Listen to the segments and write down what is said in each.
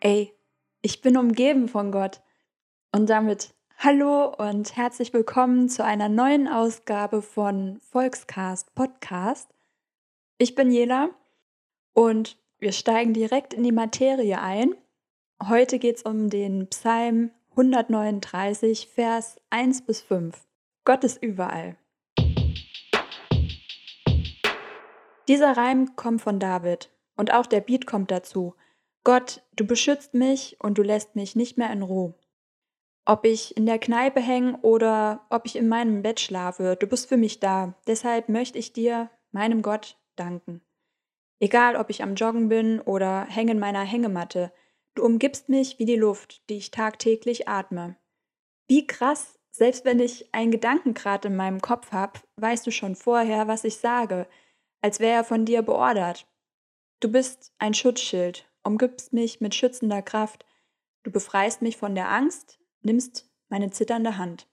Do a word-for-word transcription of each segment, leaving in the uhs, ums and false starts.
Ey, ich bin umgeben von Gott. Und damit hallo und herzlich willkommen zu einer neuen Ausgabe von Volkscast Podcast. Ich bin Jela und wir steigen direkt in die Materie ein. Heute geht es um den Psalm hundertneununddreißig, Vers eins bis fünf. Gott ist überall. Dieser Reim kommt von David und auch der Beat kommt dazu. Gott, du beschützt mich und du lässt mich nicht mehr in Ruhe. Ob ich in der Kneipe hänge oder ob ich in meinem Bett schlafe, du bist für mich da. Deshalb möchte ich dir, meinem Gott, danken. Egal, ob ich am Joggen bin oder hänge in meiner Hängematte, du umgibst mich wie die Luft, die ich tagtäglich atme. Wie krass, selbst wenn ich einen Gedanken gerade in meinem Kopf habe, weißt du schon vorher, was ich sage, als wäre er von dir beordert. Du bist ein Schutzschild, umgibst mich mit schützender Kraft. Du befreist mich von der Angst, nimmst meine zitternde Hand.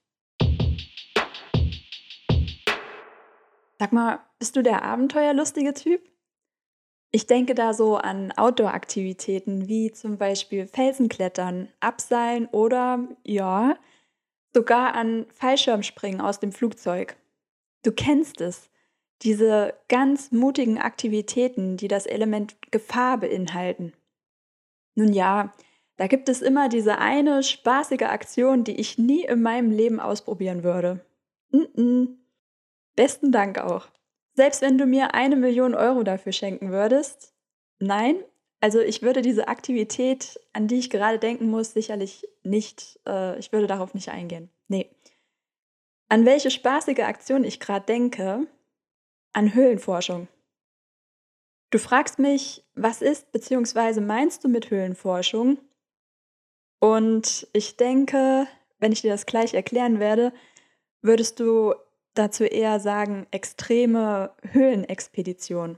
Sag mal, bist du der abenteuerlustige Typ? Ich denke da so an Outdoor-Aktivitäten wie zum Beispiel Felsenklettern, Abseilen oder, ja, sogar an Fallschirmspringen aus dem Flugzeug. Du kennst es, diese ganz mutigen Aktivitäten, die das Element Gefahr beinhalten. Nun ja, da gibt es immer diese eine spaßige Aktion, die ich nie in meinem Leben ausprobieren würde. Mm-mm. Besten Dank auch. Selbst wenn du mir eine Million Euro dafür schenken würdest, nein, also ich würde diese Aktivität, an die ich gerade denken muss, sicherlich nicht, äh, ich würde darauf nicht eingehen. Nee. An welche spaßige Aktion ich gerade denke? An Höhlenforschung. Du fragst mich, was ist bzw. meinst du mit Höhlenforschung? Und ich denke, wenn ich dir das gleich erklären werde, würdest du dazu eher sagen, extreme Höhlenexpedition.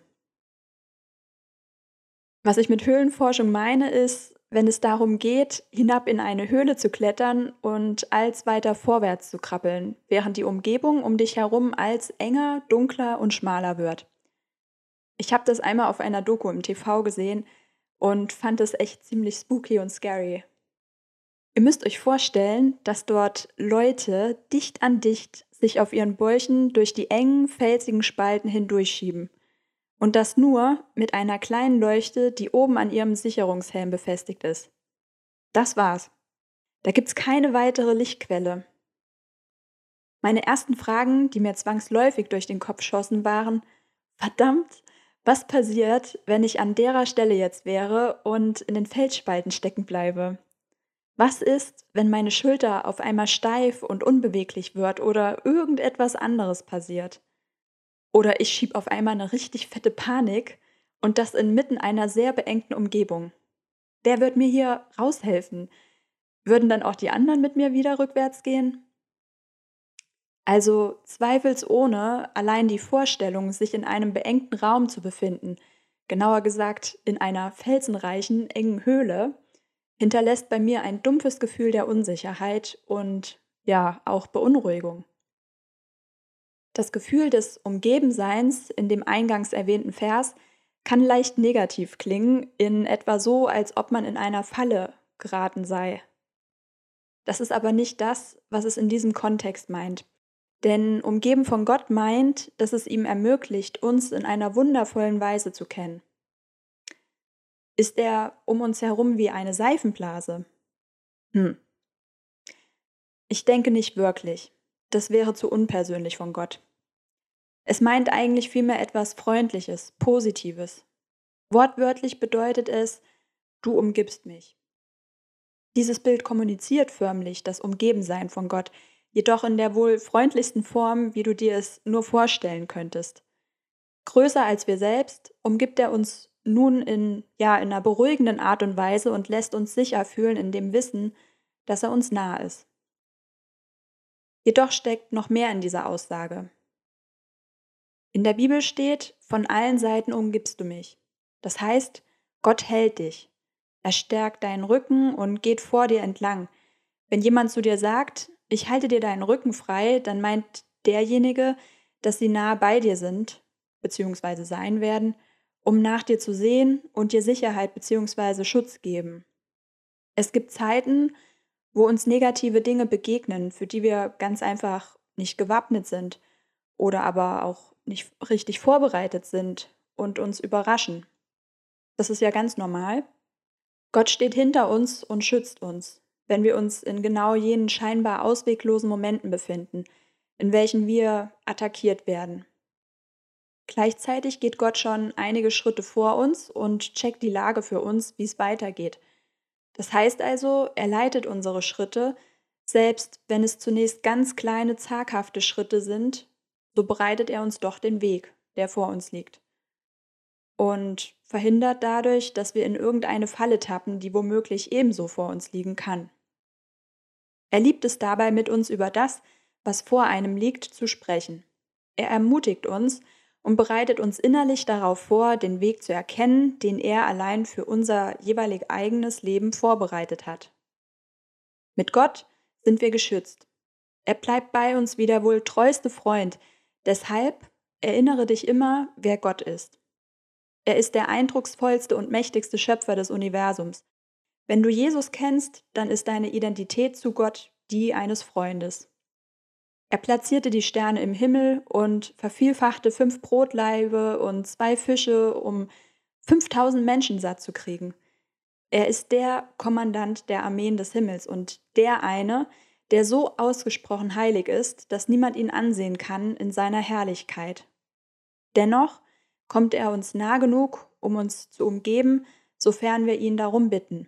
Was ich mit Höhlenforschung meine, ist, wenn es darum geht, hinab in eine Höhle zu klettern und als weiter vorwärts zu krabbeln, während die Umgebung um dich herum als enger, dunkler und schmaler wird. Ich habe das einmal auf einer Doku im T V gesehen und fand es echt ziemlich spooky und scary. Ihr müsst euch vorstellen, dass dort Leute dicht an dicht sich auf ihren Bäuchen durch die engen, felsigen Spalten hindurchschieben. Und das nur mit einer kleinen Leuchte, die oben an ihrem Sicherungshelm befestigt ist. Das war's. Da gibt's keine weitere Lichtquelle. Meine ersten Fragen, die mir zwangsläufig durch den Kopf schossen, waren: Verdammt, was passiert, wenn ich an derer Stelle jetzt wäre und in den Felsspalten stecken bleibe? Was ist, wenn meine Schulter auf einmal steif und unbeweglich wird oder irgendetwas anderes passiert? Oder ich schieb auf einmal eine richtig fette Panik und das inmitten einer sehr beengten Umgebung. Wer wird mir hier raushelfen? Würden dann auch die anderen mit mir wieder rückwärts gehen? Also zweifelsohne allein die Vorstellung, sich in einem beengten Raum zu befinden, genauer gesagt in einer felsenreichen, engen Höhle, hinterlässt bei mir ein dumpfes Gefühl der Unsicherheit und ja, auch Beunruhigung. Das Gefühl des Umgebenseins in dem eingangs erwähnten Vers kann leicht negativ klingen, in etwa so, als ob man in einer Falle geraten sei. Das ist aber nicht das, was es in diesem Kontext meint. Denn umgeben von Gott meint, dass es ihm ermöglicht, uns in einer wundervollen Weise zu kennen. Ist er um uns herum wie eine Seifenblase? Hm. Ich denke nicht wirklich. Das wäre zu unpersönlich von Gott. Es meint eigentlich vielmehr etwas Freundliches, Positives. Wortwörtlich bedeutet es, du umgibst mich. Dieses Bild kommuniziert förmlich das Umgebensein von Gott, jedoch in der wohl freundlichsten Form, wie du dir es nur vorstellen könntest. Größer als wir selbst umgibt er uns nun in, ja, in einer beruhigenden Art und Weise und lässt uns sicher fühlen in dem Wissen, dass er uns nahe ist. Jedoch steckt noch mehr in dieser Aussage. In der Bibel steht, von allen Seiten umgibst du mich. Das heißt, Gott hält dich. Er stärkt deinen Rücken und geht vor dir entlang. Wenn jemand zu dir sagt, ich halte dir deinen Rücken frei, dann meint derjenige, dass sie nahe bei dir sind, beziehungsweise sein werden, um nach dir zu sehen und dir Sicherheit beziehungsweise Schutz geben. Es gibt Zeiten, wo uns negative Dinge begegnen, für die wir ganz einfach nicht gewappnet sind oder aber auch nicht richtig vorbereitet sind und uns überraschen. Das ist ja ganz normal. Gott steht hinter uns und schützt uns, wenn wir uns in genau jenen scheinbar ausweglosen Momenten befinden, in welchen wir attackiert werden. Gleichzeitig geht Gott schon einige Schritte vor uns und checkt die Lage für uns, wie es weitergeht. Das heißt also, er leitet unsere Schritte, selbst wenn es zunächst ganz kleine, zaghafte Schritte sind, so bereitet er uns doch den Weg, der vor uns liegt. Und verhindert dadurch, dass wir in irgendeine Falle tappen, die womöglich ebenso vor uns liegen kann. Er liebt es dabei, mit uns über das, was vor einem liegt, zu sprechen. Er ermutigt uns und bereitet uns innerlich darauf vor, den Weg zu erkennen, den er allein für unser jeweilig eigenes Leben vorbereitet hat. Mit Gott sind wir geschützt. Er bleibt bei uns wie der wohl treueste Freund. Deshalb erinnere dich immer, wer Gott ist. Er ist der eindrucksvollste und mächtigste Schöpfer des Universums. Wenn du Jesus kennst, dann ist deine Identität zu Gott die eines Freundes. Er platzierte die Sterne im Himmel und vervielfachte fünf Brotlaibe und zwei Fische, um fünftausend Menschen satt zu kriegen. Er ist der Kommandant der Armeen des Himmels und der eine, der so ausgesprochen heilig ist, dass niemand ihn ansehen kann in seiner Herrlichkeit. Dennoch kommt er uns nah genug, um uns zu umgeben, sofern wir ihn darum bitten.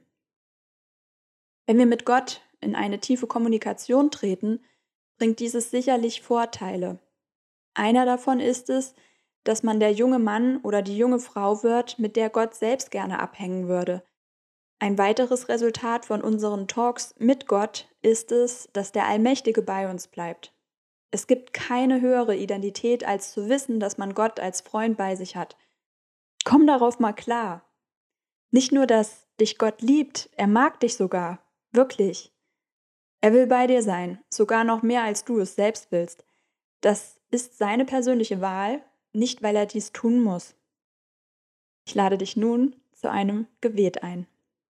Wenn wir mit Gott in eine tiefe Kommunikation treten, bringt dieses sicherlich Vorteile. Einer davon ist es, dass man der junge Mann oder die junge Frau wird, mit der Gott selbst gerne abhängen würde. Ein weiteres Resultat von unseren Talks mit Gott ist es, dass der Allmächtige bei uns bleibt. Es gibt keine höhere Identität, als zu wissen, dass man Gott als Freund bei sich hat. Komm darauf mal klar. Nicht nur, dass dich Gott liebt, er mag dich sogar. Wirklich. Er will bei dir sein, sogar noch mehr, als du es selbst willst. Das ist seine persönliche Wahl, nicht weil er dies tun muss. Ich lade dich nun zu einem Gebet ein.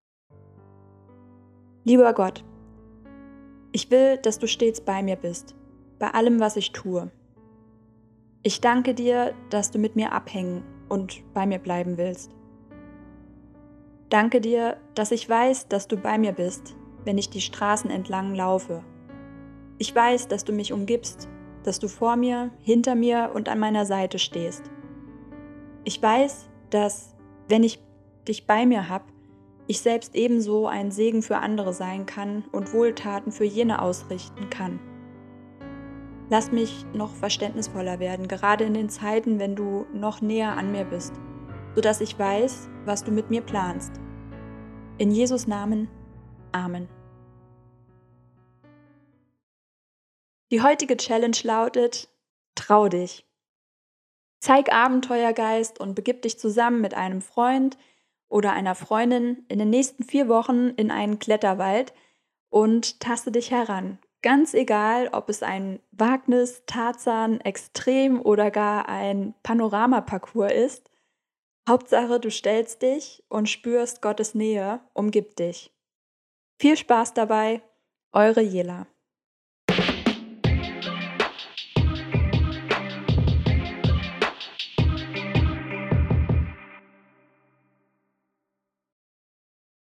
Lieber Gott, ich will, dass du stets bei mir bist, bei allem, was ich tue. Ich danke dir, dass du mit mir abhängen und bei mir bleiben willst. Danke dir, dass ich weiß, dass du bei mir bist, wenn ich die Straßen entlang laufe. Ich weiß, dass du mich umgibst, dass du vor mir, hinter mir und an meiner Seite stehst. Ich weiß, dass, wenn ich dich bei mir habe, ich selbst ebenso ein Segen für andere sein kann und Wohltaten für jene ausrichten kann. Lass mich noch verständnisvoller werden, gerade in den Zeiten, wenn du noch näher an mir bist, sodass ich weiß, was du mit mir planst. In Jesus Namen, Amen. Die heutige Challenge lautet: Trau dich. Zeig Abenteuergeist und begib dich zusammen mit einem Freund oder einer Freundin in den nächsten vier Wochen in einen Kletterwald und taste dich heran. Ganz egal, ob es ein Wagnis, Tarzan, Extrem oder gar ein Panoramaparcours ist. Hauptsache, du stellst dich und spürst Gottes Nähe, umgibt dich. Viel Spaß dabei, eure Jela.